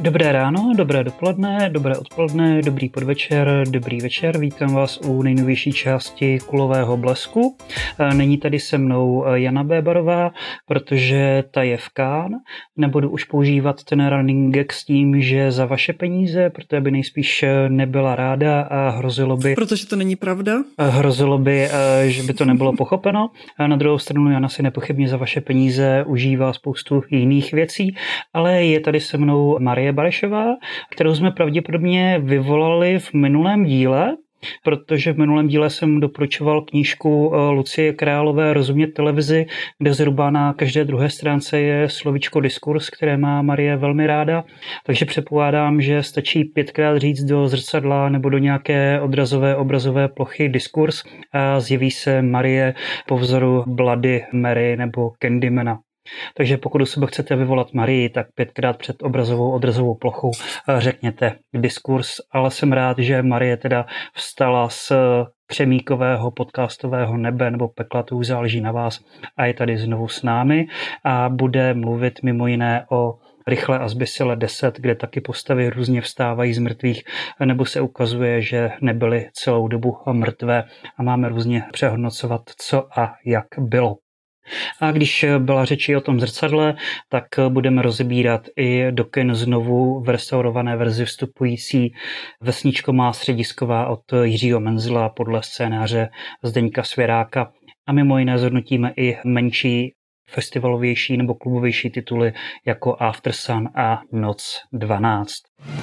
Dobré ráno, dobré dopoledne, dobré odpoledne, dobrý podvečer, dobrý večer. Vítám vás u nejnovější části Kulového blesku. Není tady se mnou Jana Bébarová, protože ta je v Cannes. Nebudu už používat ten running gag s tím, že za vaše peníze, protože by nejspíš nebyla ráda a hrozilo by... Protože to není pravda? Hrozilo by, že by to nebylo pochopeno. A na druhou stranu Jana si nepochybně za vaše peníze užívá spoustu jiných věcí, ale je tady se mnou Marie Barešová, kterou jsme pravděpodobně vyvolali v minulém díle, protože v minulém díle jsem doporučoval knížku Lucie Králové Rozumět televizi, kde zhruba na každé druhé stránce je slovíčko diskurs, které má Marie velmi ráda, takže předpokládám, že stačí 5krát říct do zrcadla nebo do nějaké odrazové obrazové plochy diskurs a zjeví se Marie po vzoru Bloody Mary nebo Candymana. Takže pokud u sebe chcete vyvolat Marii, tak 5krát před obrazovou odrazovou plochou řekněte diskurs, ale jsem rád, že Marie teda vstala z křemíkového podcastového nebe nebo pekla, to už záleží na vás, a je tady znovu s námi a bude mluvit mimo jiné o Rychle a zběsile 10, kde taky postavy různě vstávají z mrtvých, nebo se ukazuje, že nebyly celou dobu mrtvé a máme různě přehodnocovat, co a jak bylo. A když byla řeči o tom zrcadle, tak budeme rozebírat i do kin znovu v restaurované verzi vstupující Vesničko středisková od Jiřího Menzla podle scénáře Zdeňka Svěráka. A mimo jiné zhodnotíme i menší festivalovější nebo klubovější tituly jako After Sun a Noc 12.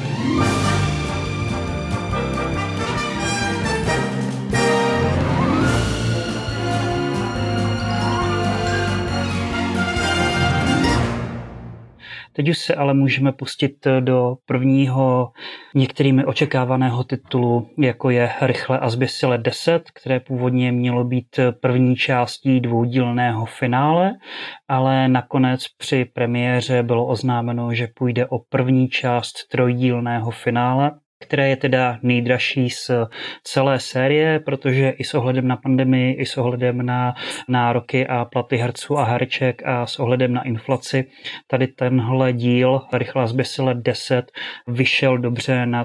Teď už se ale můžeme pustit do prvního některými očekávaného titulu, jako je Rychle a zběsile 10, které původně mělo být první částí dvoudílného finále, ale nakonec při premiéře bylo oznámeno, že půjde o první část trojdílného finále, které je teda nejdražší z celé série, protože i s ohledem na pandemii, i s ohledem na nároky a platy herců a hereček a s ohledem na inflaci, tady tenhle díl Rychle a zběsile 10 vyšel dobře na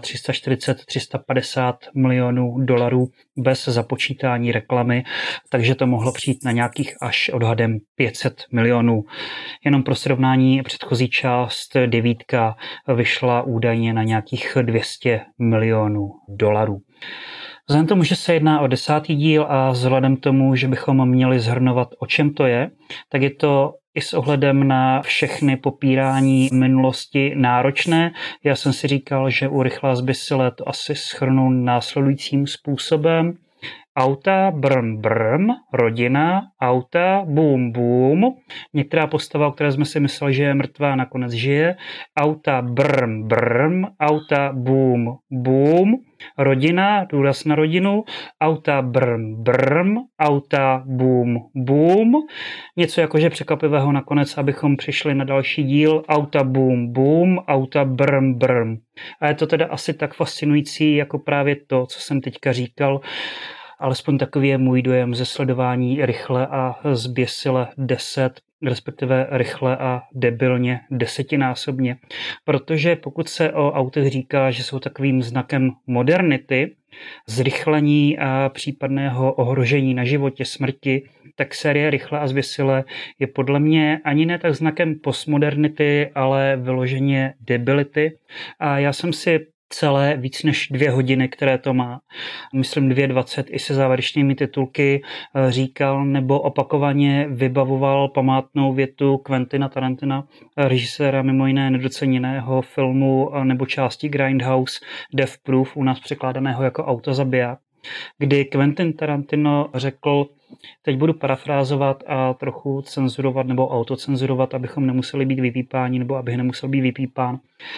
340-350 milionů dolarů bez započítání reklamy, takže to mohlo přijít na nějakých až odhadem 500 milionů. Jenom pro srovnání předchozí část 9 vyšla údajně na nějakých 200 milionů dolarů. Vzhledem tomu, že se jedná o 10. díl a vzhledem tomu, že bychom měli shrnovat, o čem to je, tak je to i s ohledem na všechny popírání minulosti náročné. Já jsem si říkal, že u Rychle a zběsile to asi shrnu následujícím způsobem. Auta, brm, brm, rodina, auta, boom, boom. Některá postava, o které jsme si mysleli, že je mrtvá, nakonec žije. Auta, brm, brm, auta, boom, boom. Rodina, důraz na rodinu, auta, brm, brm, auta, boom, boom. Něco jakože překvapivého nakonec, abychom přišli na další díl. Auta, boom, boom, auta, brm, brm. A je to teda asi tak fascinující, jako právě to, co jsem teďka říkal. Alespoň takový je můj dojem ze sledování Rychle a zběsile 10, respektive Rychle a debilně 10násobně. Protože pokud se o autech říká, že jsou takovým znakem modernity, zrychlení a případného ohrožení na životě, smrti, tak série Rychle a zběsile je podle mě ani ne tak znakem postmodernity, ale vyloženě debility. A já jsem si celé víc než 2 hodiny, které to má, myslím 2:20 i se závěrečnými titulky, říkal nebo opakovaně vybavoval památnou větu Quentina Tarantina, režiséra mimo jiné nedoceněného filmu nebo části Grindhouse Death Proof, u nás překládaného jako Autozabiják, kdy Quentin Tarantino řekl, teď budu parafrázovat a trochu cenzurovat nebo autocenzurovat, abychom nemuseli být vypípáni nebo abych nemusel být vypípán.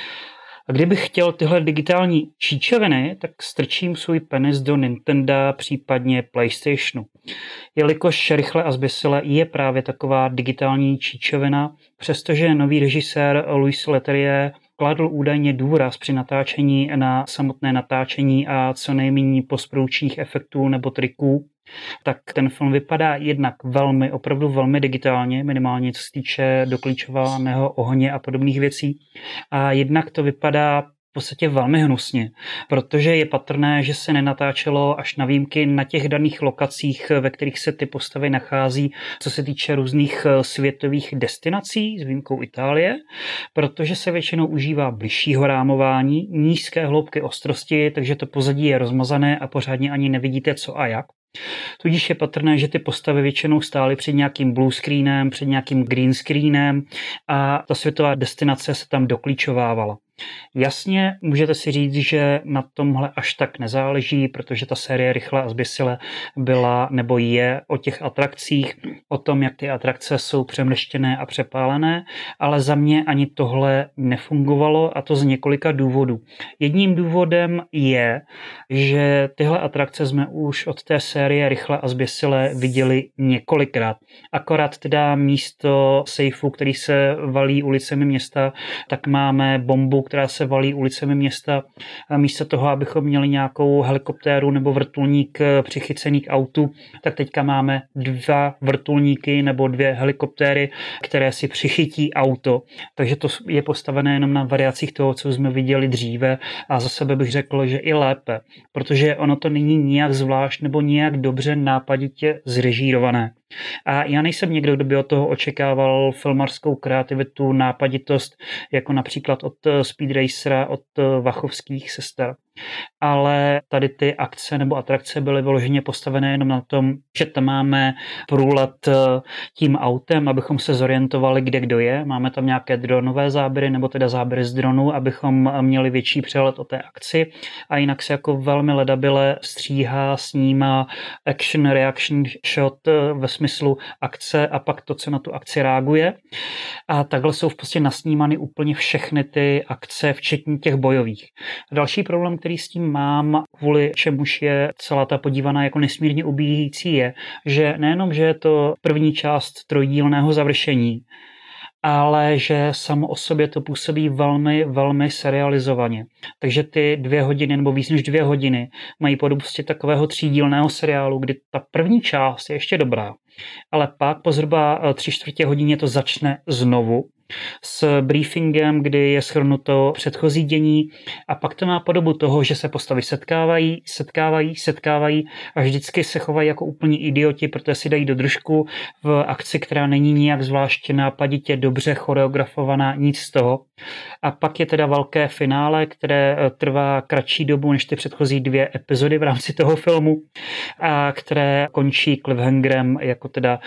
A kdybych chtěl tyhle digitální číčoviny, tak strčím svůj penis do Nintendo, případně PlayStationu. Jelikož Rychle a zběsile je právě taková digitální číčovina, přestože nový režisér Louis Leterrier kladl údajně důraz při natáčení na samotné natáčení a co nejméně postprodukčních efektů nebo triků, tak ten film vypadá jednak opravdu velmi digitálně, minimálně co se týče doklíčovaného ohně a podobných věcí. A jednak to vypadá v podstatě velmi hnusně, protože je patrné, že se nenatáčelo až na výjimky na těch daných lokacích, ve kterých se ty postavy nachází, co se týče různých světových destinací, s výjimkou Itálie, protože se většinou užívá bližšího rámování, nízké hloubky ostrosti, takže to pozadí je rozmazané a pořádně ani nevidíte co a jak. Tudíž je patrné, že ty postavy většinou stály před nějakým blue screenem, před nějakým green screenem a ta světová destinace se tam doklíčovávala. Jasně, můžete si říct, že na tomhle až tak nezáleží, protože ta série Rychle a zběsile byla nebo je o těch atrakcích, o tom, jak ty atrakce jsou přemrštěné a přepálené, ale za mě ani tohle nefungovalo a to z několika důvodů. Jedním důvodem je, že tyhle atrakce jsme už od té série Rychle a zběsile viděli několikrát. Akorát teda místo sejfu, který se valí ulicemi města, tak máme bombu, která se valí ulicemi města. A místo toho, abychom měli nějakou helikoptéru nebo vrtulník přichycený k autu, tak teďka máme 2 vrtulníky nebo 2 helikoptéry, které si přichytí auto. Takže to je postavené jenom na variacích toho, co jsme viděli dříve a za sebe bych řekl, že i lépe, protože ono to není nijak zvlášť nebo nijak dobře nápaditě zrežírované. A já nejsem někdo, kdo by od toho očekával filmařskou kreativitu, nápaditost, jako například od Speed Racera, od Wachowských sester. Ale tady ty akce nebo atrakce byly vyloženě postavené jenom na tom, že tam máme průlet tím autem, abychom se zorientovali, kde kdo je. Máme tam nějaké dronové záběry nebo teda záběry z dronu, abychom měli větší přehled o té akci. A jinak se jako velmi ledabyle stříhá, snímá action, reaction shot ve smyslu akce a pak to, co na tu akci reaguje. A takhle jsou v podstatě nasnímány úplně všechny ty akce, včetně těch bojových. Další problém, který s tím mám, kvůli čemuž je celá ta podívaná jako nesmírně ubíjící, je, že nejenom, že je to první část trojdílného završení, ale že samo o sobě to působí velmi, velmi serializovaně. Takže ty 2 hodiny nebo víc než 2 hodiny mají podobu prostě takového 3dílného seriálu, kdy ta první část je ještě dobrá, ale pak po zhruba 3/4 hodině to začne znovu s briefingem, kdy je shrnuto předchozí dění a pak to má podobu toho, že se postavy setkávají a vždycky se chovají jako úplní idioti, protože si dají do držku v akci, která není nijak zvlášť nápaditě dobře choreografovaná, nic z toho. A pak je teda velké finále, které trvá kratší dobu než ty předchozí 2 epizody v rámci toho filmu a které končí cliffhangerem jako teda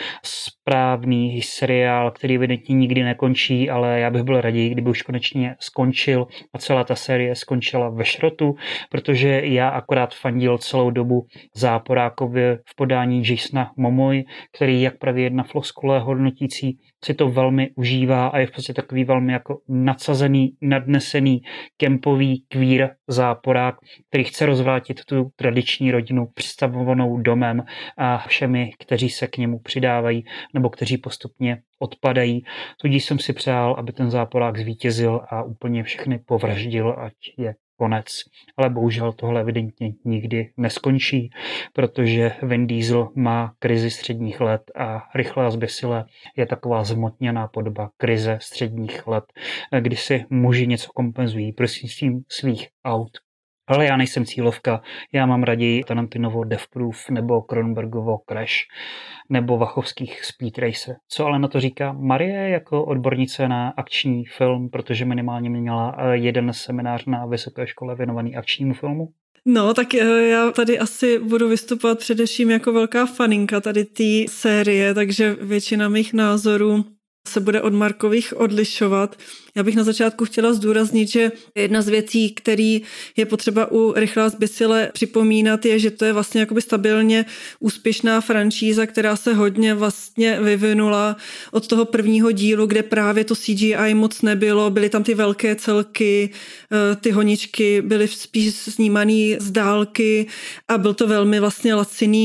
správný seriál, který evidentně nikdy nekončí, ale já bych byl raději, kdyby už konečně skončil a celá ta série skončila ve šrotu, protože já akorát fandil celou dobu Záporákovi v podání Jasona Momoy, který, jak praví jedna floskule hodnotící, si to velmi užívá a je v podstatě takový velmi jako nadsazený, nadnesený, kempový queer záporák, který chce rozvrátit tu tradiční rodinu představovanou domem a všemi, kteří se k němu přidávají nebo kteří postupně odpadají. Tudíž jsem si přál, aby ten záporák zvítězil a úplně všechny povraždil, ať je konec. Ale bohužel tohle evidentně nikdy neskončí, protože Vin Diesel má krizi středních let a Rychle a zběsile je taková zhmotněná podoba krize středních let, kdy si muži něco kompenzují prostřednictvím svých aut. Ale já nejsem cílovka, já mám raději Tarantinovo Death Proof nebo Cronenbergovo Crash nebo Wachowských Speed Racer. Co ale na to říká Marie jako odbornice na akční film, protože minimálně měla jeden seminář na vysoké škole věnovaný akčnímu filmu? No, tak já tady asi budu vystupovat především jako velká faninka tady té série, takže většina mých názorů se bude od Markových odlišovat. Já bych na začátku chtěla zdůraznit, že jedna z věcí, který je potřeba u Rychle a zběsile připomínat, je, že to je vlastně jakoby stabilně úspěšná franšíza, která se hodně vlastně vyvinula od toho prvního dílu, kde právě to CGI moc nebylo, byly tam ty velké celky, ty honičky byly spíš snímaný z dálky a byl to velmi vlastně laciný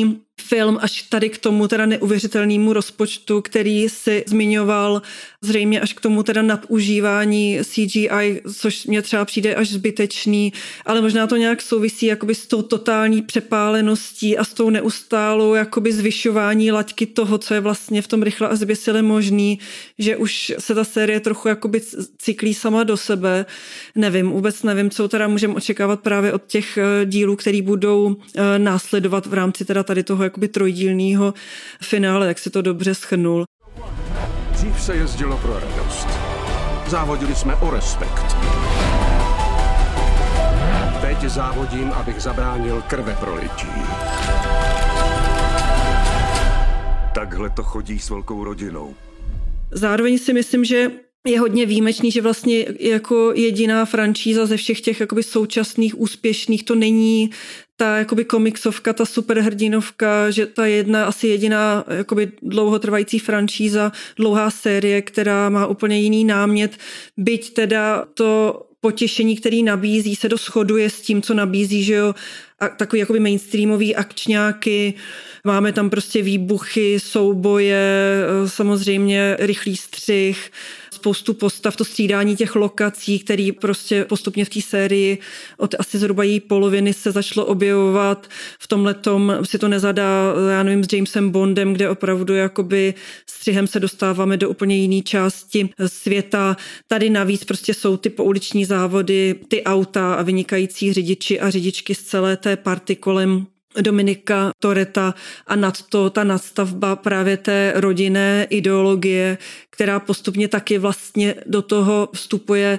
film až tady k tomu teda neuvěřitelnému rozpočtu, který si zmiňoval, zřejmě až k tomu teda nadužívání CGI, což mně třeba přijde až zbytečný, ale možná to nějak souvisí jakoby s tou totální přepáleností a s tou neustálou jakoby zvyšování laťky toho, co je vlastně v tom Rychle a zběsile možný, že už se ta série trochu jakoby cyklí sama do sebe. Vůbec nevím, co teda můžeme očekávat právě od těch dílů, který budou následovat v rámci teda tady toho jakoby trojdílného finále, jak si to dobře shrnul. Dřív se jezdilo pro radost. Závodili jsme o respekt. Teď závodím, abych zabránil krveprolití. Takhle to chodí s velkou rodinou. Zároveň si myslím, že je hodně výjimečný, že vlastně jako jediná franšíza ze všech těch jakoby současných úspěšných to není ta jakoby komiksovka, ta superhrdinovka, že ta asi jediná jakoby dlouhotrvající franšíza, dlouhá série, která má úplně jiný námět, byť teda to potěšení, který nabízí, se doshoduje s tím, co nabízí, že jo, a takový jakoby mainstreamový akčňáky, máme tam prostě výbuchy, souboje, samozřejmě rychlý střih, spoustu postav, to střídání těch lokací, který prostě postupně v té sérii od asi zhruba její poloviny se začalo objevovat. V tomhletom si to nezadá, s Jamesem Bondem, kde opravdu jakoby střihem se dostáváme do úplně jiné části světa. Tady navíc prostě jsou ty pouliční závody, ty auta a vynikající řidiči a řidičky z celé té party kolem Dominika Torretta a nad to ta nadstavba právě té rodinné ideologie, která postupně taky vlastně do toho vstupuje.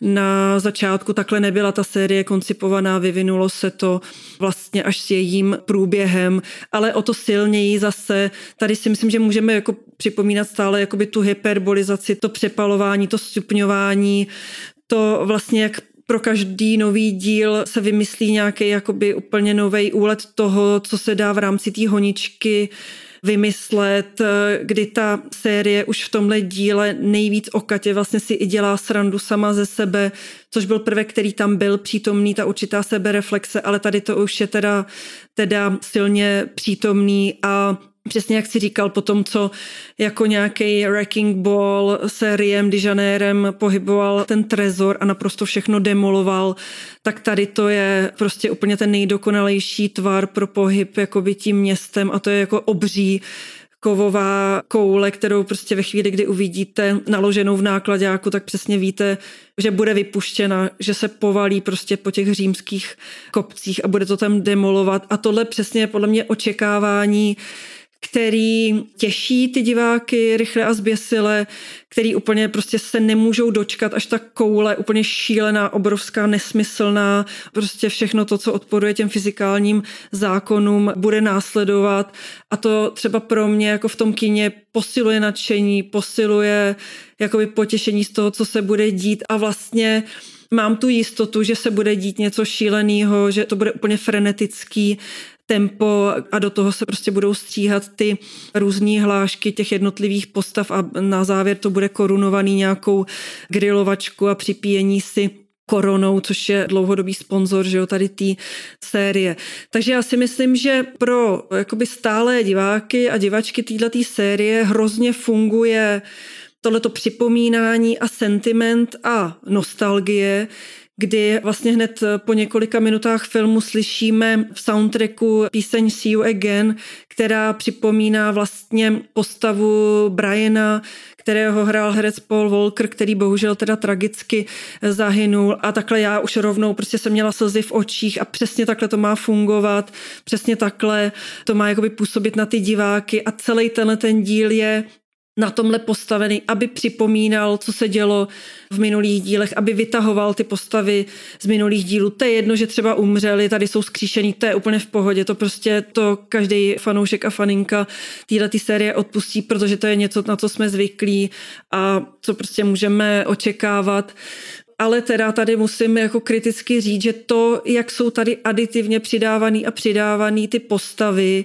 Na začátku takhle nebyla ta série koncipovaná, vyvinulo se to vlastně až s jejím průběhem, ale o to silněji zase. Tady si myslím, že můžeme jako připomínat stále jakoby tu hyperbolizaci, to přepalování, to stupňování, to vlastně jak pro každý nový díl se vymyslí nějaký jakoby úplně nový úlet toho, co se dá v rámci té honičky vymyslet, kdy ta série už v tomhle díle nejvíc okatě vlastně si i dělá srandu sama ze sebe, což byl prvek, který tam byl přítomný, ta určitá sebereflexe, ale tady to už je teda silně přítomný a přesně jak si říkal, po tom, co jako nějaký Wrecking Ball se Riem de Janérem pohyboval ten trezor a naprosto všechno demoloval, tak tady to je prostě úplně ten nejdokonalejší tvar pro pohyb jakoby tím městem a to je jako obří kovová koule, kterou prostě ve chvíli, kdy uvidíte naloženou v náklaďáku, tak přesně víte, že bude vypuštěna, že se povalí prostě po těch římských kopcích a bude to tam demolovat a tohle přesně je podle mě očekávání, který těší ty diváky Rychle a zběsile, který úplně prostě se nemůžou dočkat, až ta koule úplně šílená, obrovská, nesmyslná, prostě všechno to, co odporuje těm fyzikálním zákonům, bude následovat a to třeba pro mě jako v tom kině posiluje nadšení, posiluje jakoby potěšení z toho, co se bude dít a vlastně mám tu jistotu, že se bude dít něco šíleného, že to bude úplně frenetický tempo a do toho se prostě budou stříhat ty různý hlášky těch jednotlivých postav a na závěr to bude korunovaný nějakou grilovačku a připíjení si koronou, což je dlouhodobý sponzor, že jo, tady té série. Takže já si myslím, že pro jakoby stálé diváky a divačky této série hrozně funguje tohleto připomínání a sentiment a nostalgie, kdy vlastně hned po několika minutách filmu slyšíme v soundtracku píseň See You Again, která připomíná vlastně postavu Briana, kterého hrál herec Paul Walker, který bohužel teda tragicky zahynul a takhle já už rovnou prostě jsem měla slzy v očích a přesně takhle to má fungovat, přesně takhle to má jakoby působit na ty diváky a celý ten díl je na tomhle postavený, aby připomínal, co se dělo v minulých dílech, aby vytahoval ty postavy z minulých dílů. To je jedno, že třeba umřeli, tady jsou zkříšený, to je úplně v pohodě, to prostě to každý fanoušek a faninka této série odpustí, protože to je něco, na co jsme zvyklí a co prostě můžeme očekávat. Ale teda tady musím jako kriticky říct, že to, jak jsou tady aditivně přidávaný ty postavy,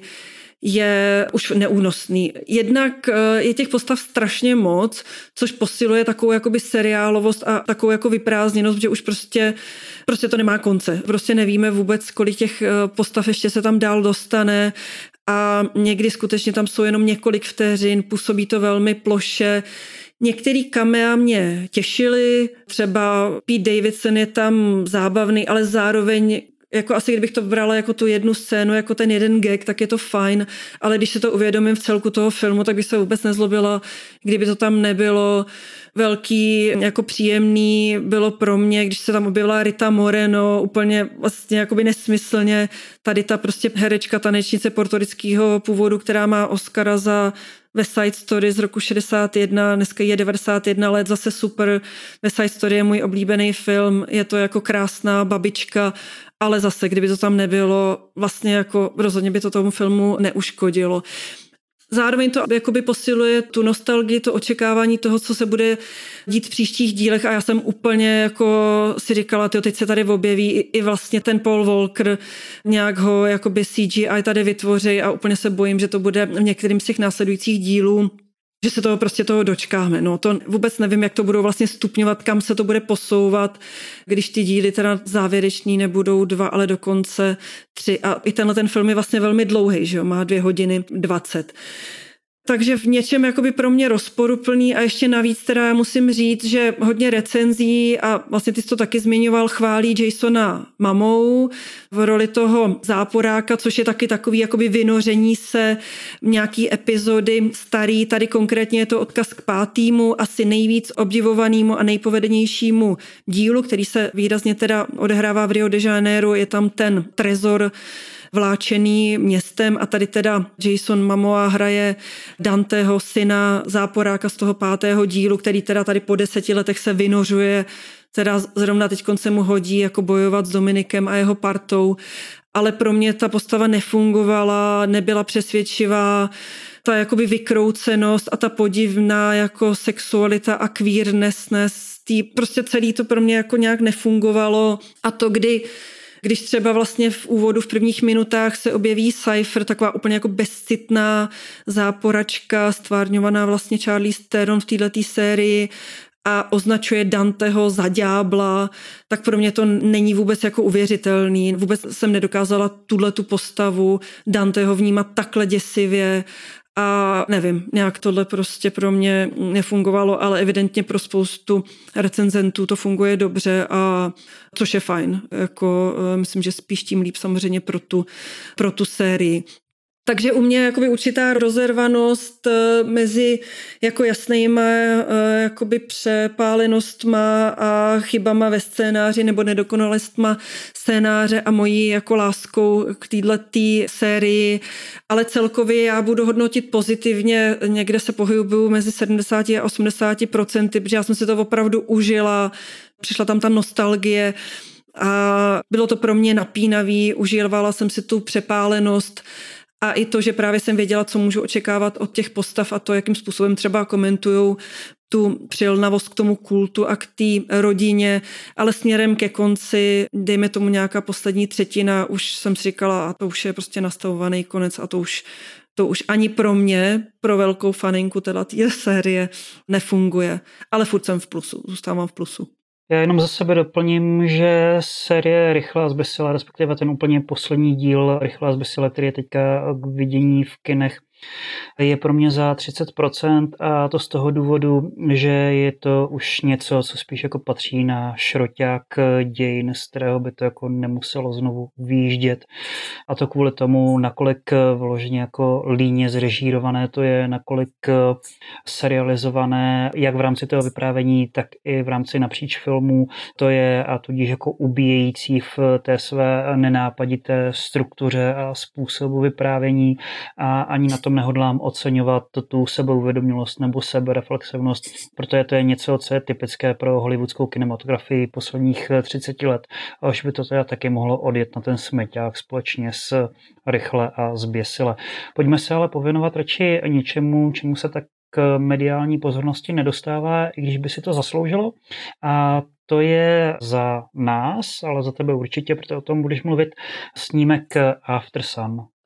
je už neúnosný. Jednak je těch postav strašně moc, což posiluje takovou jakoby seriálovost a takovou jako vyprázdněnost, že už prostě to nemá konce. Prostě nevíme vůbec, kolik těch postav ještě se tam dál dostane a někdy skutečně tam jsou jenom několik vteřin, působí to velmi ploše. Některý kamea mě těšily, třeba Pete Davidson je tam zábavný, ale zároveň jako asi kdybych to brala jako tu jednu scénu, jako ten jeden gag, tak je to fajn, ale když se to uvědomím v celku toho filmu, tak bych se vůbec nezlobila, kdyby to tam nebylo velký, jako příjemný bylo pro mě, když se tam objevila Rita Moreno, úplně vlastně jakoby nesmyslně, tady ta prostě herečka, tanečnice portorického původu, která má Oscara za West Side Story z roku 61, dneska je 91 let, zase super. West Side Story je můj oblíbený film, je to jako krásná babička, ale zase, kdyby to tam nebylo, vlastně jako rozhodně by to tomu filmu neuškodilo. Zároveň to jakoby posiluje tu nostalgii, to očekávání toho, co se bude dít v příštích dílech a já jsem úplně jako si říkala, teď se tady objeví i vlastně ten Paul Walker, nějak ho jakoby CGI tady vytvoří a úplně se bojím, že to bude v některým z těch následujících dílů, že se toho dočkáme. No, to vůbec nevím, jak to budou vlastně stupňovat, kam se to bude posouvat, když ty díly teda závěreční nebudou 2, ale dokonce 3. A i ten film je vlastně velmi dlouhý, že jo? Má 2 hodiny 20. Takže v něčem jakoby pro mě rozporuplný a ještě navíc teda musím říct, že hodně recenzí a vlastně ty jsi to taky zmiňoval, chválí Jasona Momoa v roli toho záporáka, což je taky takový jakoby vynoření se nějaký epizody starý, tady konkrétně je to odkaz k 5. asi nejvíc obdivovanému a nejpovedenějšímu dílu, který se výrazně teda odehrává v Rio de Janeiro, je tam ten trezor vláčený městem a tady teda Jason Momoa hraje Danteho syna záporáka z toho 5. dílu, který teda tady po 10 letech se vynořuje, teda zrovna teď se mu hodí jako bojovat s Dominikem a jeho partou, ale pro mě ta postava nefungovala, nebyla přesvědčivá, ta jakoby vykroucenost a ta podivná jako sexualita a queernessness, prostě celý to pro mě jako nějak nefungovalo a to, když třeba vlastně v úvodu v prvních minutách se objeví Cypher, taková úplně jako bezcitná záporačka, stvárňovaná vlastně Charlize Theron v této sérii a označuje Danteho za ďábla, tak pro mě to není vůbec jako uvěřitelný. Vůbec jsem nedokázala tu postavu Danteho vnímat takhle děsivě a nevím, nějak tohle prostě pro mě nefungovalo, ale evidentně pro spoustu recenzentů to funguje dobře a což je fajn. Jako, myslím, že spíš tím líp samozřejmě pro tu sérii. Takže u mě jakoby určitá rozervanost mezi jako jasnýma jakoby přepálenostma a chybama ve scénáři nebo nedokonalostma scénáře a mojí jako láskou k této sérii, ale celkově já budu hodnotit pozitivně, někde se pohybuju mezi 70 a 80%, protože já jsem si to opravdu užila, přišla tam ta nostalgie a bylo to pro mě napínavý, užívala jsem si tu přepálenost a i to, že právě jsem věděla, co můžu očekávat od těch postav a to, jakým způsobem třeba komentujou tu přilnavost k tomu kultu a k té rodině, ale směrem ke konci, dejme tomu nějaká poslední třetina, už jsem si říkala, a to už je prostě nastavovaný konec a to už ani pro mě, pro velkou faninku té série nefunguje. Ale furt jsem v plusu, zůstávám v plusu. Já jenom za sebe doplním, že série Rychle a zběsile, respektive ten úplně poslední díl Rychle a zběsile, který je teďka k vidění v kinech, je pro mě za 30% a to z toho důvodu, že je to už něco, co spíš jako patří na šroťák dějin, z kterého by to jako nemuselo znovu vyjíždět. A to kvůli tomu, nakolik vloženě jako líně zrežírované to je, nakolik serializované, jak v rámci toho vyprávění, tak i v rámci napříč filmů to je a tudíž jako ubíjející v té své nenápadité struktuře a způsobu vyprávění a ani na tom nehodlám oceňovat tu sebeuvědomělost nebo sebereflexivnost, protože to je něco, co je typické pro hollywoodskou kinematografii posledních 30 let. A už by to teda taky mohlo odjet na ten smeťák společně s Rychle a zběsile. Pojďme se ale pověnovat radši něčemu, čemu se tak mediální pozornosti nedostává, i když by si to zasloužilo. A to je za nás, ale za tebe určitě, protože o tom budeš mluvit, snímek After Sun.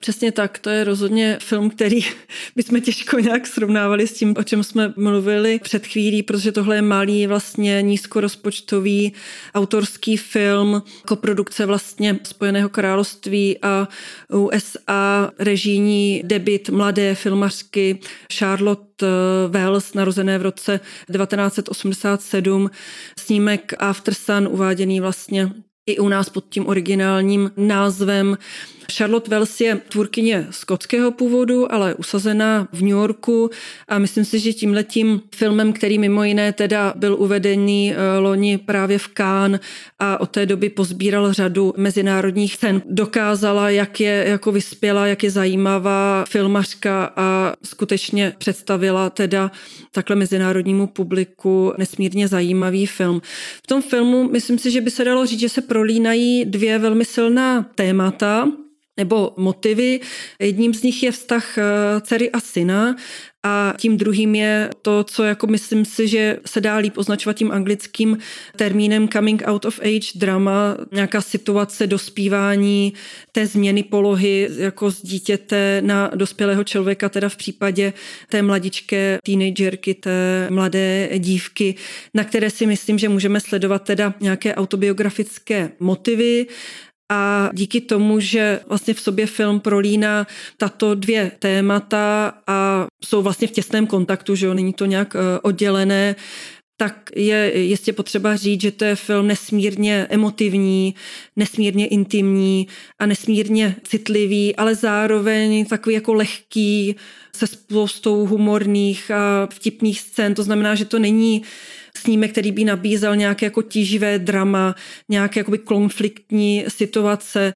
Přesně tak, to je rozhodně film, který bychom těžko nějak srovnávali s tím, o čem jsme mluvili před chvílí, protože tohle je malý, vlastně nízkorozpočtový autorský film, koprodukce vlastně Spojeného království a USA, režijní debut mladé filmařky Charlotte Wells, narozené v roce 1987, snímek After Sun, uváděný vlastně i u nás pod tím originálním názvem. Charlotte Wells je tvůrkyně skotského původu, ale usazená v New Yorku a myslím si, že tímhletím filmem, který mimo jiné teda byl uvedený loni právě v Cannes a od té doby pozbíral řadu mezinárodních cen, dokázala, jak je jako vyspělá, jak je zajímavá filmařka a skutečně představila teda takhle mezinárodnímu publiku nesmírně zajímavý film. V tom filmu myslím si, že by se dalo říct, že se prolínají dvě velmi silná témata nebo motivy. Jedním z nich je vztah dcery a syna a tím druhým je to, co jako myslím si, že se dá líp označovat tím anglickým termínem coming out of age drama, nějaká situace dospívání, té změny polohy jako z dítěte na dospělého člověka, teda v případě té mladičké teenagerky, té mladé dívky, na které si myslím, že můžeme sledovat teda nějaké autobiografické motivy. A díky tomu, že vlastně v sobě film prolíná tato dvě témata a jsou vlastně v těsném kontaktu, že jo, není to nějak oddělené, tak je jistě potřeba říct, že to je film nesmírně emotivní, nesmírně intimní a nesmírně citlivý, ale zároveň takový jako lehký, se spoustou humorných a vtipných scén. To znamená, že to není snímek, který by nabízel nějaké jako tíživé drama, nějaké jakoby konfliktní situace.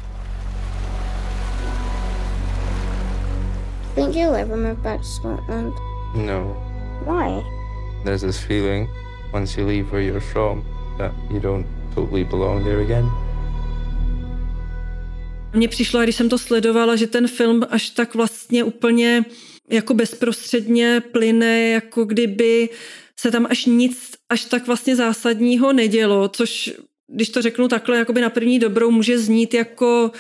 Think you'll ever move back to Scotland? No. Why? There's this feeling, once you leave where you're from, that you don't totally belong there again. Mně přišlo, když jsem to sledovala, že ten film až tak vlastně úplně jako bezprostředně plyne, jako kdyby se tam až tak vlastně zásadního nedělo, což, když to řeknu takhle, jakoby na první dobrou může znít jako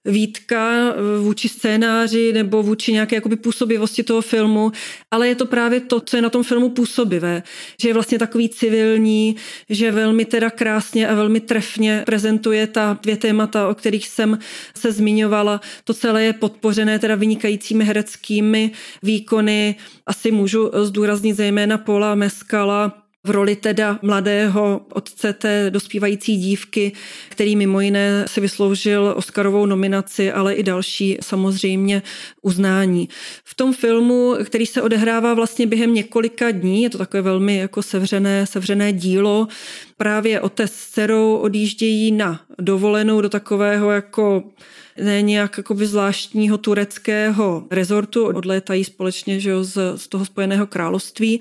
výtka vůči scénáři nebo vůči nějaké jakoby působivosti toho filmu, ale je to právě to, co je na tom filmu působivé, že je vlastně takový civilní, že velmi teda krásně a velmi trefně prezentuje ta dvě témata, o kterých jsem se zmiňovala. To celé je podpořené teda vynikajícími hereckými výkony. Asi můžu zdůraznit zejména Paula Mescala v roli teda mladého otce té dospívající dívky, který mimo jiné si vysloužil Oscarovou nominaci, ale i další samozřejmě uznání. V tom filmu, který se odehrává vlastně během několika dní, je to takové velmi jako sevřené dílo, právě otec s dcerou odjíždějí na dovolenou do takového jako ne nějak jakoby zvláštního tureckého rezortu, odlétají společně, že jo, z toho Spojeného království.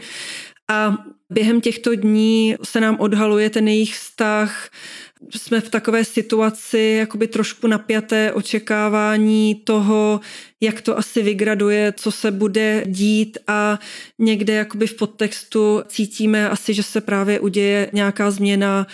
A během těchto dní se nám odhaluje ten jejich vztah. Jsme v takové situaci jakoby trošku napjaté očekávání toho, jak to asi vygraduje, co se bude dít a někde jakoby v podtextu cítíme asi, že se právě uděje nějaká změna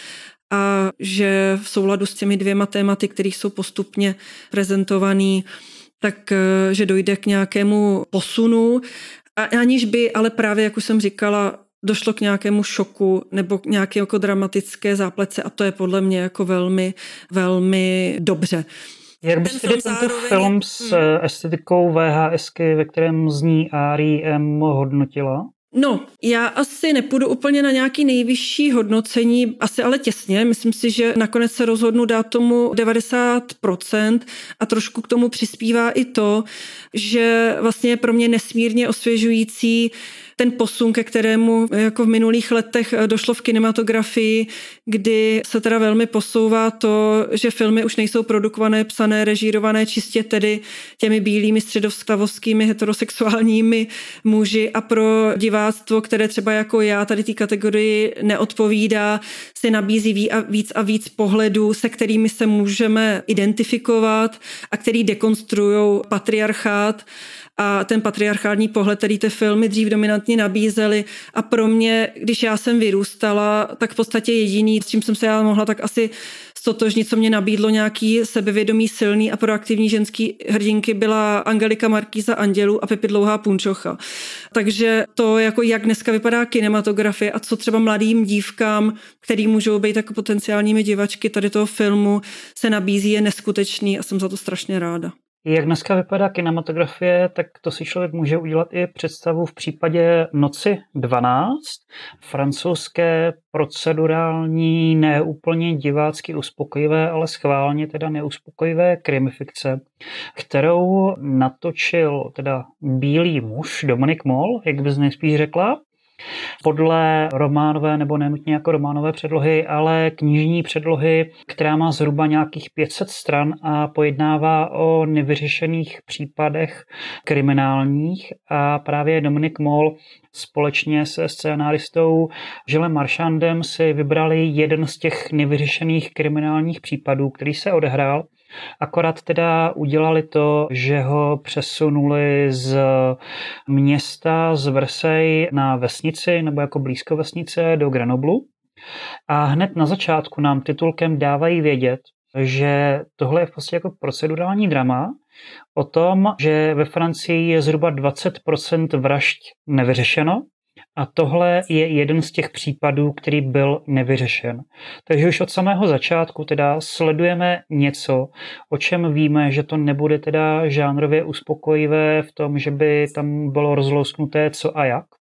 a že v souladu s těmi dvěma tématy, které jsou postupně prezentovaný, tak že dojde k nějakému posunu. A aniž by, ale právě, jak už jsem říkala, došlo k nějakému šoku nebo k nějaké jako dramatické záplece a to je podle mě jako velmi, velmi dobře. Jak byste tento film s estetikou VHSky, ve kterém zní R.E.M. hodnotila? No, já asi nepůjdu úplně na nějaký nejvyšší hodnocení, asi ale těsně. Myslím si, že nakonec se rozhodnu dát tomu 90% a trošku k tomu přispívá i to, že vlastně je pro mě nesmírně osvěžující ten posun, ke kterému jako v minulých letech došlo v kinematografii, kdy se teda velmi posouvá to, že filmy už nejsou produkované, psané, režírované čistě tedy těmi bílými středostavovskými heterosexuálními muži a pro diváctvo, které třeba jako já tady té kategorii neodpovídá, si nabízí víc a víc pohledů, se kterými se můžeme identifikovat a který dekonstruujou patriarchát a ten patriarchální pohled, který ty filmy dřív dominantně nabízely. A pro mě, když já jsem vyrůstala, tak v podstatě jediný, s čím jsem se já mohla tak asi stotožnit, co mě nabídlo nějaký sebevědomý, silný a proaktivní ženský hrdinky, byla Angelika Markýza Andělů a Pepi Dlouhá Punčocha. Takže to, jako jak dneska vypadá kinematografie a co třeba mladým dívkám, který můžou být jako potenciálními divačky tady toho filmu, se nabízí, je neskutečný a jsem za to strašně ráda. Jak dneska vypadá kinematografie, tak to si člověk může udělat i představu v případě Noci 12, francouzské procedurální, neúplně divácky uspokojivé, ale schválně teda neuspokojivé krimifikce, kterou natočil teda bílý muž Dominic Moll, jak bys nejspíš řekla, podle románové nebo nenutně jako románové předlohy, ale knižní předlohy, která má zhruba nějakých 500 stran a pojednává o nevyřešených případech kriminálních a právě Dominic Moll společně se scénáristou Žilem Marchandem si vybrali jeden z těch nevyřešených kriminálních případů, který se odehrál. Akorát teda udělali to, že ho přesunuli z města, z Versailles na vesnici, nebo jako blízko vesnice do Grenoblu. A hned na začátku nám titulkem dávají vědět, že tohle je v podstatě jako procedurální drama o tom, že ve Francii je zhruba 20% vražd nevyřešeno. A tohle je jeden z těch případů, který byl nevyřešen. Takže už od samého začátku teda sledujeme něco, o čem víme, že to nebude teda žánrově uspokojivé v tom, že by tam bylo rozlousknuté co a jak.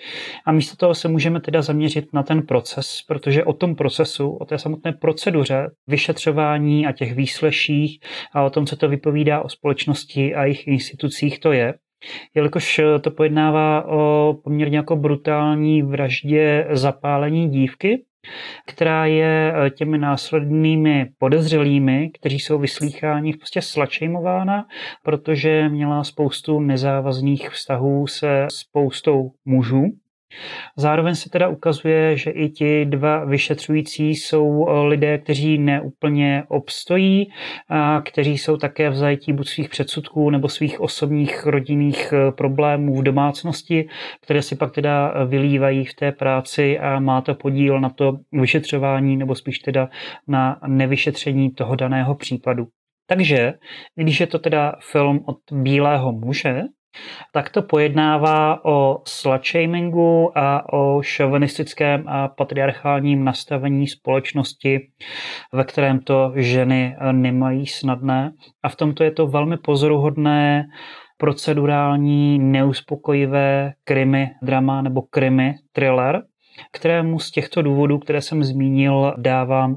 A místo toho se můžeme teda zaměřit na ten proces, protože o tom procesu, o té samotné proceduře vyšetřování a těch výsleších a o tom, co to vypovídá o společnosti a jejich institucích, to je. Jelikož to pojednává o poměrně jako brutální vraždě zapálení dívky, která je těmi následnými podezřelými, kteří jsou vyslýcháni, v podstatě slut-shamována, protože měla spoustu nezávazných vztahů se spoustou mužů. Zároveň se teda ukazuje, že i ti dva vyšetřující jsou lidé, kteří neúplně obstojí, a kteří jsou také v zajetí buď svých předsudků nebo svých osobních rodinných problémů v domácnosti, které si pak teda vylívají v té práci a má to podíl na to vyšetřování nebo spíš teda na nevyšetření toho daného případu. Takže, když je to teda film od bílého muže, tak to pojednává o slutshamingu a o šovinistickém a patriarchálním nastavení společnosti, ve kterém to ženy nemají snadné. A v tomto je to velmi pozoruhodné, procedurální, neuspokojivé krimi drama nebo krimi thriller, kterému z těchto důvodů, které jsem zmínil, dávám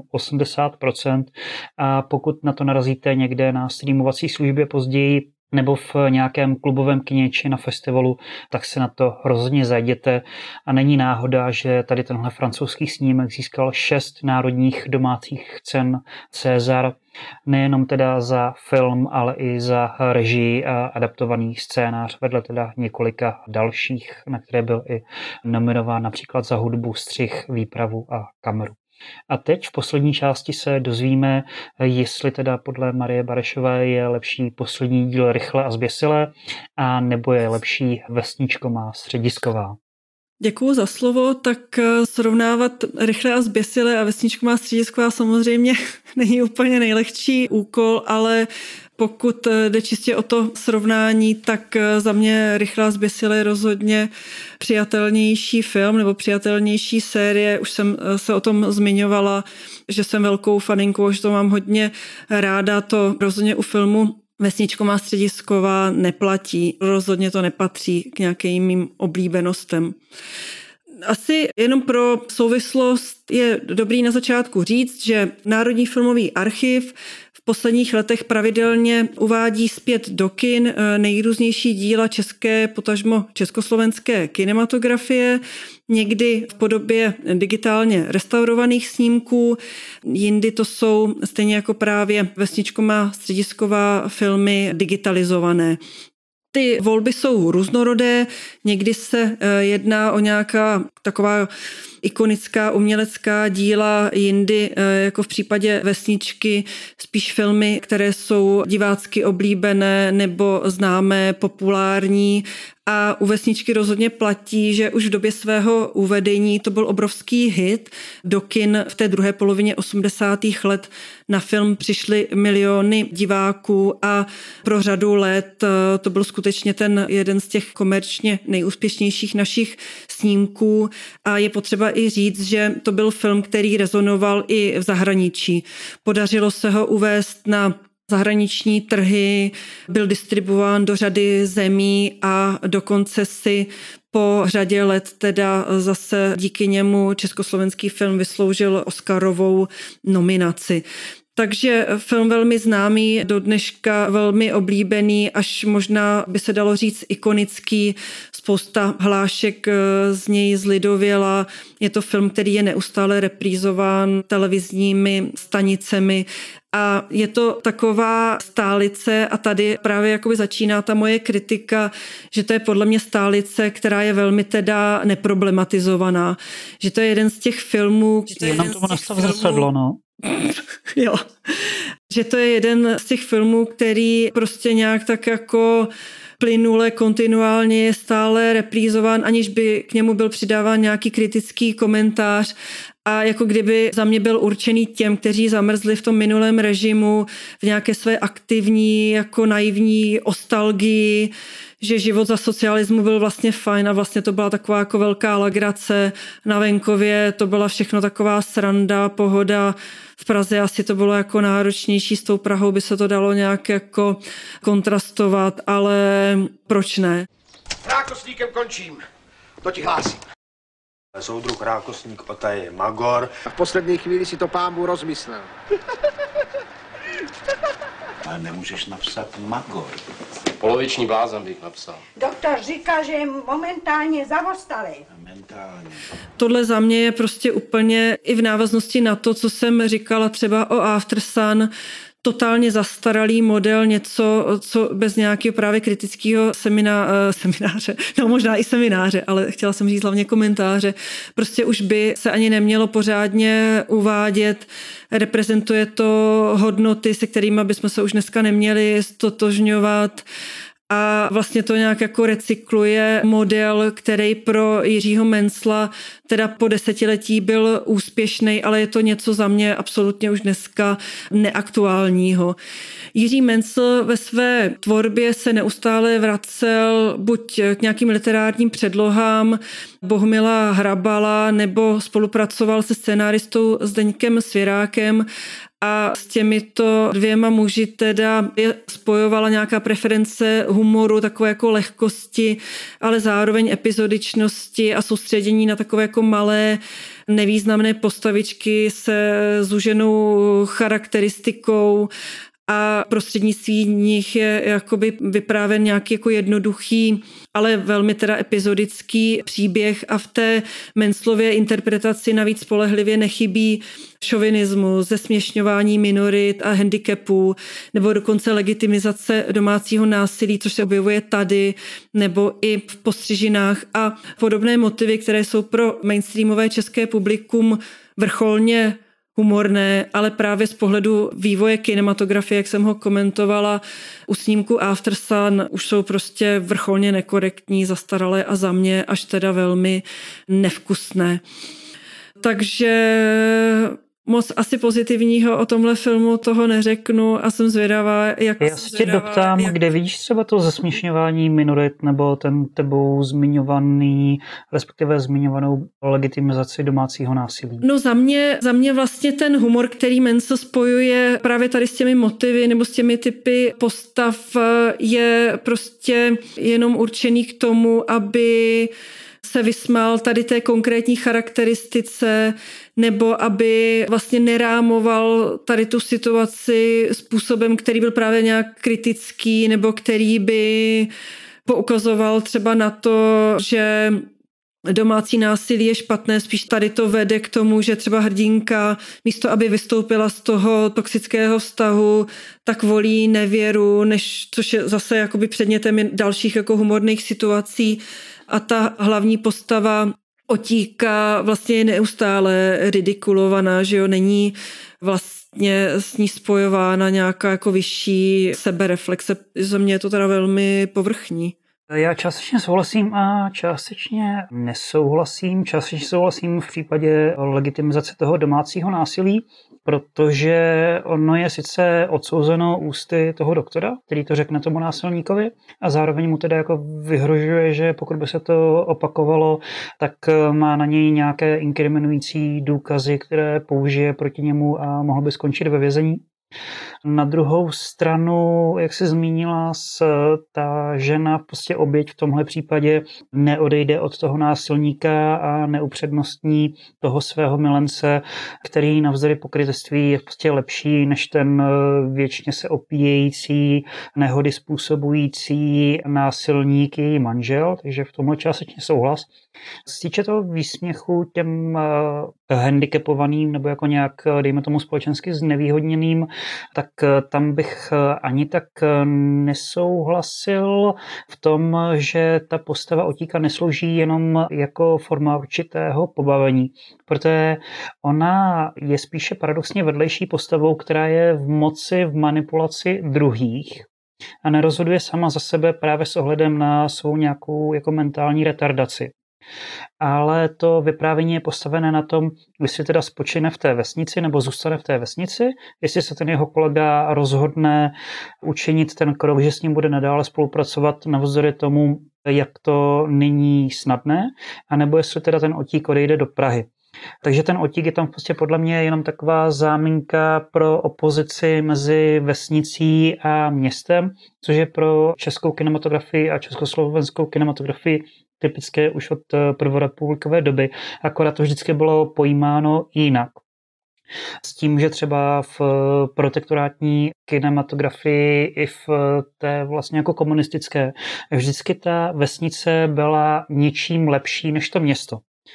80%. A pokud na to narazíte někde na streamovací službě později, nebo v nějakém klubovém kině či na festivalu, tak se na to rozhodně zajděte. A není náhoda, že tady tenhle francouzský snímek získal 6 národních domácích cen César, nejenom teda za film, ale i za režii a adaptovaný scénář, vedle teda několika dalších, na které byl i nominován například za hudbu, střih, výpravu a kameru. A teď v poslední části se dozvíme, jestli teda podle Marie Barešové je lepší poslední díl Rychle a zběsile, a nebo je lepší Vesničko má středisková. Děkuju za slovo. Tak srovnávat Rychle a zběsile a Vesničko má středisková samozřejmě není úplně nejlehčí úkol, ale pokud jde čistě o to srovnání, tak za mě Rychle a zběsile je rozhodně přijatelnější film nebo přijatelnější série. Už jsem se o tom zmiňovala, že jsem velkou faninkou, že to mám hodně ráda. To rozhodně u filmu Vesničko má středisková neplatí. Rozhodně to nepatří k nějakým mým oblíbenostem. Asi jenom pro souvislost je dobrý na začátku říct, že Národní filmový archiv v posledních letech pravidelně uvádí zpět do kin nejrůznější díla české, potažmo československé kinematografie, někdy v podobě digitálně restaurovaných snímků, jindy to jsou stejně jako právě Vesničko má středisková filmy digitalizované. Ty volby jsou různorodé, někdy se jedná o nějaká taková ikonická umělecká díla, jindy, jako v případě Vesničky, spíš filmy, které jsou divácky oblíbené nebo známé, populární. A u Vesničky rozhodně platí, že už v době svého uvedení to byl obrovský hit. Do kin v té druhé polovině 80. let na film přišly miliony diváků a pro řadu let to byl skutečně ten jeden z těch komerčně nejúspěšnějších našich snímků. A je potřeba i říct, že to byl film, který rezonoval i v zahraničí. Podařilo se ho uvést na zahraniční trhy, byl distribuován do řady zemí a dokonce si po řadě let teda zase díky němu československý film vysloužil Oscarovou nominaci. Takže film velmi známý, do dneška velmi oblíbený, až možná by se dalo říct ikonický, spousta hlášek z něj zlidověla. Je to film, který je neustále reprízován televizními stanicemi a je to taková stálice a tady právě jakoby začíná ta moje kritika, že to je podle mě stálice, která je velmi teda neproblematizovaná. Že to je jeden z těch filmů... Jenom tomu nastav zrcadlo, no. Jo. Že to je jeden z těch filmů, který prostě nějak tak jako plynule, kontinuálně je stále reprízován, aniž by k němu byl přidáván nějaký kritický komentář a jako kdyby za mě byl určený těm, kteří zamrzli v tom minulém režimu v nějaké své aktivní, jako naivní ostalgii, že život za socialismu byl vlastně fajn a vlastně to byla taková jako velká legrace na venkově, to byla všechno taková sranda, pohoda. V Praze asi to bylo jako náročnější, s tou Prahou by se to dalo nějak jako kontrastovat, ale proč ne? Rákosníkem končím, to ti hlásím. Soudruh Rákosník Ota je magor. A v poslední chvíli si to pán Bůh rozmyslel. Ale nemůžeš napsat magor. Poloviční blázen bych napsal. Doktor říká, že je momentálně zavostalý. Mentálně. Tohle za mě je prostě úplně i v návaznosti na to, co jsem říkala třeba o Aftersun, totálně zastaralý model, něco, co bez nějakého právě kritického semináře, no možná i semináře, ale chtěla jsem říct hlavně komentáře, prostě už by se ani nemělo pořádně uvádět, reprezentuje to hodnoty, se kterými bychom se už dneska neměli stotožňovat a vlastně to nějak jako recykluje model, který pro Jiřího Mencla teda po desetiletí byl úspěšný, ale je to něco za mě absolutně už dneska neaktuálního. Jiří Mencl ve své tvorbě se neustále vracel buď k nějakým literárním předlohám Bohumila Hrabala nebo spolupracoval se scenáristou Zdeňkem Svěrákem a s těmito dvěma muži teda je spojovala nějaká preference humoru, takové jako lehkosti, ale zároveň epizodičnosti a soustředění na takové jako malé nevýznamné postavičky se zúženou charakteristikou a prostřednictvím nich je jakoby vyprávěn nějaký jako jednoduchý, ale velmi teda epizodický příběh a v té Menclově interpretaci navíc spolehlivě nechybí šovinismus, zesměšňování minorit a handicapů, nebo dokonce legitimizace domácího násilí, což se objevuje tady, nebo i v Postřižinách a podobné motivy, které jsou pro mainstreamové české publikum vrcholně humorné, ale právě z pohledu vývoje kinematografie, jak jsem ho komentovala u snímku Aftersun, už jsou prostě vrcholně nekorektní, zastaralé a za mě až teda velmi nevkusné. Takže moc asi pozitivního o tomhle filmu toho neřeknu a jsem zvědavá, jak... Já se tě doptám, kde vidíš třeba to zesměšňování minorit nebo ten tebou zmiňovaný, respektive zmiňovanou legitimizaci domácího násilí? No za mě vlastně ten humor, který Mencl spojuje právě tady s těmi motivy nebo s těmi typy postav, je prostě jenom určený k tomu, aby se vysmál tady té konkrétní charakteristice nebo aby vlastně nerámoval tady tu situaci způsobem, který byl právě nějak kritický nebo který by poukazoval třeba na to, že domácí násilí je špatné, spíš tady to vede k tomu, že třeba hrdinka místo, aby vystoupila z toho toxického vztahu, tak volí nevěru, což je zase jakoby předmětem dalších jako humorných situací a ta hlavní postava Otíka vlastně je neustále ridikulovaná, že jo, není vlastně s ní spojována nějaká jako vyšší sebereflexe. Za mě je to teda velmi povrchní. Já částečně souhlasím a částečně nesouhlasím. Částečně souhlasím v případě legitimizace toho domácího násilí, protože ono je sice odsouzeno ústy toho doktora, který to řekne tomu násilníkovi a zároveň mu teda jako vyhrožuje, že pokud by se to opakovalo, tak má na něj nějaké inkriminující důkazy, které použije proti němu a mohl by skončit ve vězení. Na druhou stranu, jak se zmínila, ta žena, prostě oběť v tomhle případě neodejde od toho násilníka a neupřednostní toho svého milence, který navzdory pokrytectví je prostě lepší než ten věčně se opíjející, nehody způsobující násilník, její manžel, takže v tomhle částečně souhlas. Co se týče toho výsměchu těm handicapovaným nebo jako nějak, dejme tomu, společensky znevýhodněným, tak tam bych ani tak nesouhlasil v tom, že ta postava Otíka neslouží jenom jako forma určitého pobavení, protože ona je spíše paradoxně vedlejší postavou, která je v moci v manipulaci druhých a nerozhoduje sama za sebe právě s ohledem na svou nějakou jako mentální retardaci. Ale to vyprávění je postavené na tom, jestli teda spočine v té vesnici nebo zůstane v té vesnici, jestli se ten jeho kolega rozhodne učinit ten krok, že s ním bude nadále spolupracovat navzdory tomu, jak to není snadné, anebo jestli teda ten Otík odejde do Prahy. Takže ten Otík je tam prostě podle mě jenom taková záminka pro opozici mezi vesnicí a městem, což je pro českou kinematografii a československou kinematografii typické už od prvorepublikové doby, akorát to vždycky bylo pojímáno jinak. S tím, že třeba v protektorátní kinematografii i v té vlastně jako komunistické vždycky ta vesnice byla něčím lepší než to město.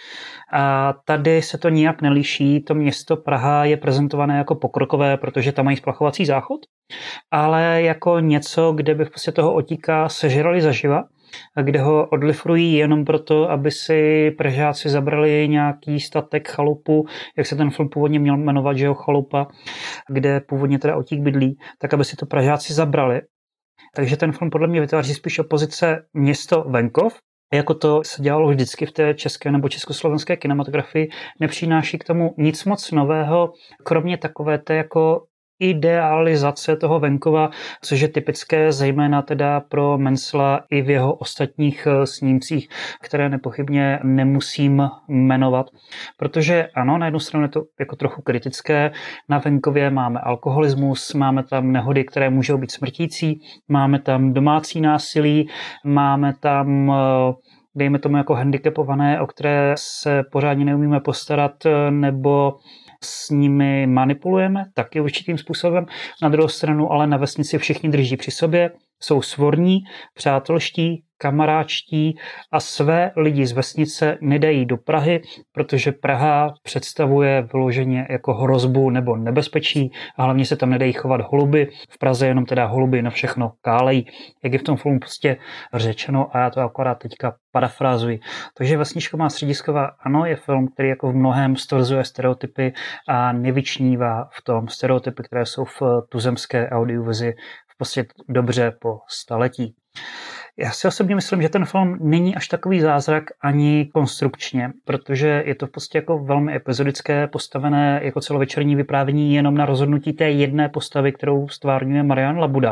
A tady se to nijak neliší, to město Praha je prezentované jako pokrokové, protože tam mají splachovací záchod, ale jako něco, kde by prostě toho Otíka sežrali zaživa, kde ho odlifrují jenom proto, aby si Pražáci zabrali nějaký statek, chalupu, jak se ten film původně měl jmenovat, že jo, chalupa, kde původně teda Otík bydlí, tak aby si to Pražáci zabrali. Takže ten film podle mě vytváří spíš opozice město-venkov, jako to se dělalo vždycky v té české nebo československé kinematografii, nepřináší k tomu nic moc nového, kromě takové té jako idealizace toho venkova, což je typické zejména teda pro Mencela i v jeho ostatních snímcích, které nepochybně nemusím jmenovat. Protože ano, na jednu stranu je to jako trochu kritické, na venkově máme alkoholismus, máme tam nehody, které můžou být smrtící, máme tam domácí násilí, máme tam dejme tomu jako handicapované, o které se pořádně neumíme postarat, nebo s nimi manipulujeme taky určitým způsobem. Na druhou stranu ale na vesnici všichni drží při sobě, jsou svorní, přátelští, kamaráčtí a své lidi z vesnice nedají do Prahy, protože Praha představuje vyloženě jako hrozbu nebo nebezpečí a hlavně se tam nedají chovat holuby. V Praze jenom teda holuby na všechno kálejí, jak je v tom filmu prostě řečeno a já to akorát teďka parafrázuji. Takže Vesničková středisková, ano, je film, který jako v mnohém stvrzuje stereotypy a nevyčnívá v tom stereotypy, které jsou v tuzemské audiovizi prostě dobře po staletí. Já si osobně myslím, že ten film není až takový zázrak ani konstrukčně, protože je to prostě jako velmi epizodické, postavené jako celovečerní vyprávění jenom na rozhodnutí té jedné postavy, kterou stvárňuje Marian Labuda.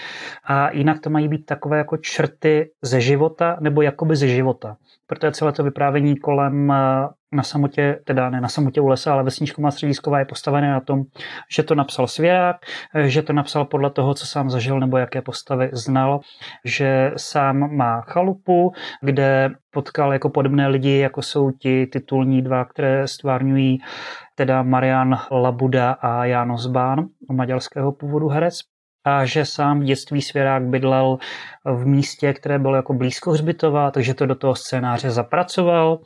A jinak to mají být takové jako črty ze života nebo jakoby ze života. Protože celé to vyprávění kolem Na samotě, teda ne Na samotě u lesa, ale Vesničková středisková je postavené na tom, že to napsal svěrák, že to napsal podle toho, co sám zažil nebo jaké postavy znal, že sám má chalupu, kde potkal jako podobné lidi, jako jsou ti titulní dva, které stvárňují teda Marian Labuda a János Bán, maďarského původu herec. A že sám v dětství svěrák bydlel v místě, které bylo jako blízko hřbitova, takže to do toho scénáře zapracoval.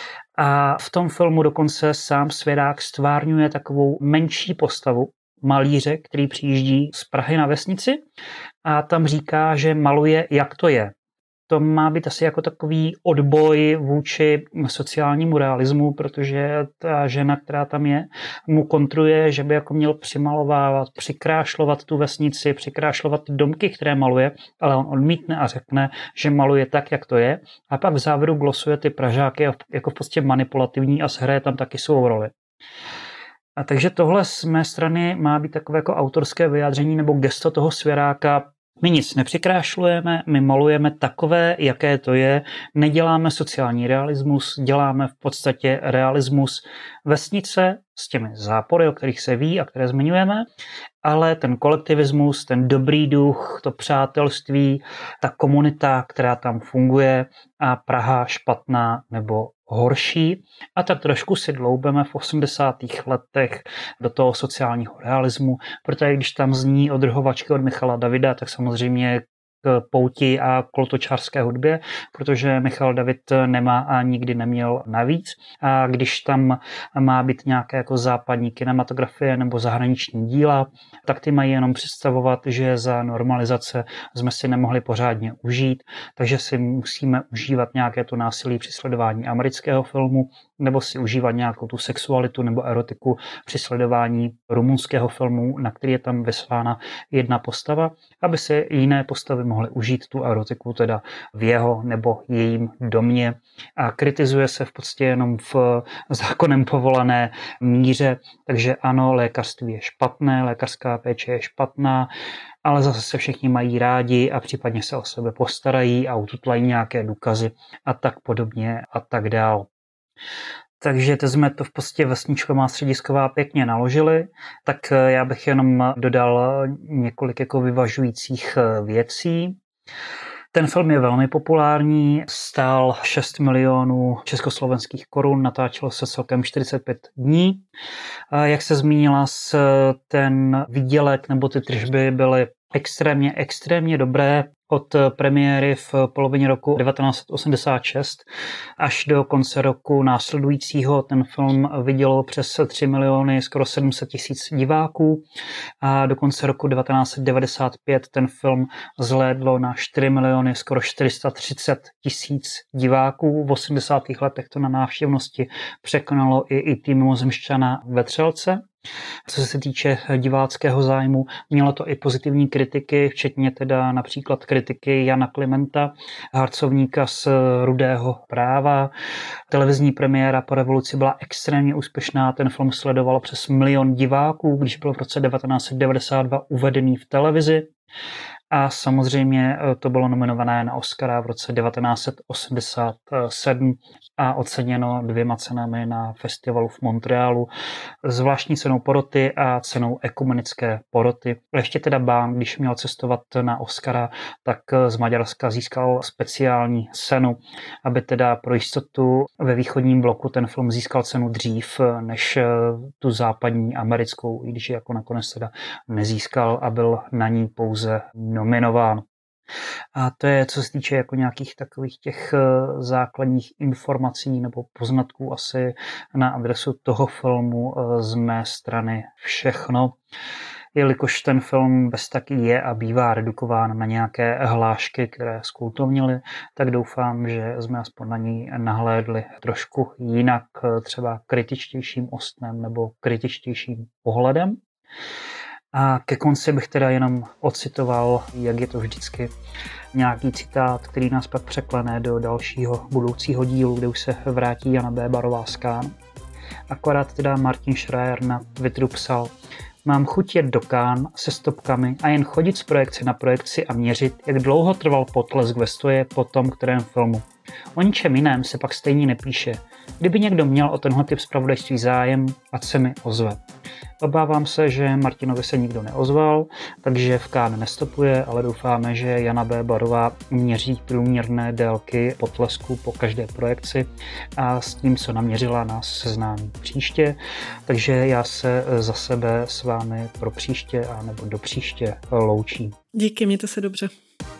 A v tom filmu dokonce sám svěrák stvárňuje takovou menší postavu, malíře, který přijíždí z Prahy na vesnici a tam říká, že maluje, jak to je. to má být asi jako takový odboj vůči sociálnímu realismu, protože ta žena, která tam je, mu kontruje, že by jako měl přimalovávat, přikrášlovat tu vesnici, přikrášlovat ty domky, které maluje, ale on odmítne a řekne, že maluje tak, jak to je, a pak v závěru glosuje ty Pražáky jako v podstatě manipulativní a hraje tam taky svou roli. A takže tohle z mé strany má být takové jako autorské vyjádření nebo gesto toho svěráka. My nic nepřikrášlujeme, my malujeme takové, jaké to je, neděláme sociální realismus, děláme v podstatě realismus vesnice s těmi zápory, o kterých se ví a které zmiňujeme, ale ten kolektivismus, ten dobrý duch, to přátelství, ta komunita, která tam funguje a Praha špatná nebo horší. A tak trošku si dloubeme v 80. letech do toho sociálního realismu, protože když tam zní odrhovačky od Michala Davida, tak samozřejmě k pouti a kolotočářské hudbě, protože Michal David nemá a nikdy neměl navíc. A když tam má být nějaké jako západní kinematografie nebo zahraniční díla, tak ty mají jenom představovat, že za normalizace jsme si nemohli pořádně užít, takže si musíme užívat nějaké to násilí při sledování amerického filmu, nebo si užívat nějakou tu sexualitu nebo erotiku při sledování rumunského filmu, na který je tam vyslána jedna postava, aby se jiné postavy mohly užít tu erotiku teda v jeho nebo jejím domě. A kritizuje se v podstatě jenom v zákonem povolené míře, takže ano, lékařství je špatné, lékařská péče je špatná, ale zase se všichni mají rádi a případně se o sebe postarají a ututlají nějaké důkazy a tak podobně a tak dál. Takže teď jsme to v podstatě vesničková středisková pěkně naložili, tak já bych jenom dodal několik jako vyvažujících věcí. Ten film je velmi populární, stál 6 milionů československých korun, natáčelo se celkem 45 dní. Jak se zmínila, ten výdělek nebo ty tržby byly extrémně dobré. Od premiéry v polovině roku 1986 až do konce roku následujícího ten film vidělo přes 3 miliony, skoro 700 tisíc diváků a do konce roku 1995 ten film zhlédlo na 4 miliony, skoro 430 tisíc diváků. V 80. letech to na návštěvnosti překonalo i tým mimozemšťana ve Třelce. Co se týče diváckého zájmu, mělo to i pozitivní kritiky, včetně teda například kritiky Jana Klimenta, harcovníka z Rudého práva. Televizní premiéra po revoluci byla extrémně úspěšná, ten film sledovalo přes 1 milion diváků, když byl v roce 1992 uvedený v televizi. A samozřejmě to bylo nominované na Oscara v roce 1987 a oceněno 2 cenami na festivalu v Montrealu, zvláštní cenou poroty a cenou ekumenické poroty. Ještě teda Bán, když měl cestovat na Oscara, tak z Maďarska získal speciální cenu, aby teda pro jistotu ve východním bloku ten film získal cenu dřív než tu západní americkou, i když jako nakonec teda nezískal a byl na ní pouze nominován. A to je, co se týče jako nějakých takových těch základních informací nebo poznatků asi na adresu toho filmu z mé strany všechno. Jelikož ten film bez taky je a bývá redukován na nějaké hlášky, které zkultovnily, tak doufám, že jsme aspoň na ní nahlédli trošku jinak, třeba kritičtějším ostnem nebo kritičtějším pohledem. A ke konci bych teda jenom ocitoval, jak je to vždycky, nějaký citát, který nás pak překlene do dalšího budoucího dílu, kde už se vrátí Jana B. Barová z Cannes. Akorát teda Martin Schreier na Twitteru psal: mám chuť jet do Cannes se stopkami a jen chodit z projekce na projekci a měřit, jak dlouho trval potlesk ve stoje po tom kterém filmu. O ničem jiném se pak stejně nepíše. Kdyby někdo měl o tenhle typ zpravodajství zájem, ať se mi ozve. Obávám se, že Martinovi se nikdo neozval, takže v Cannes nestopuje, ale doufáme, že Jana B. Barová měří průměrné délky potlesku po každé projekci a s tím, co naměřila, nás seznámí příště. Takže já se za sebe s vámi pro příště a nebo do příště loučím. Díky, mějte se dobře.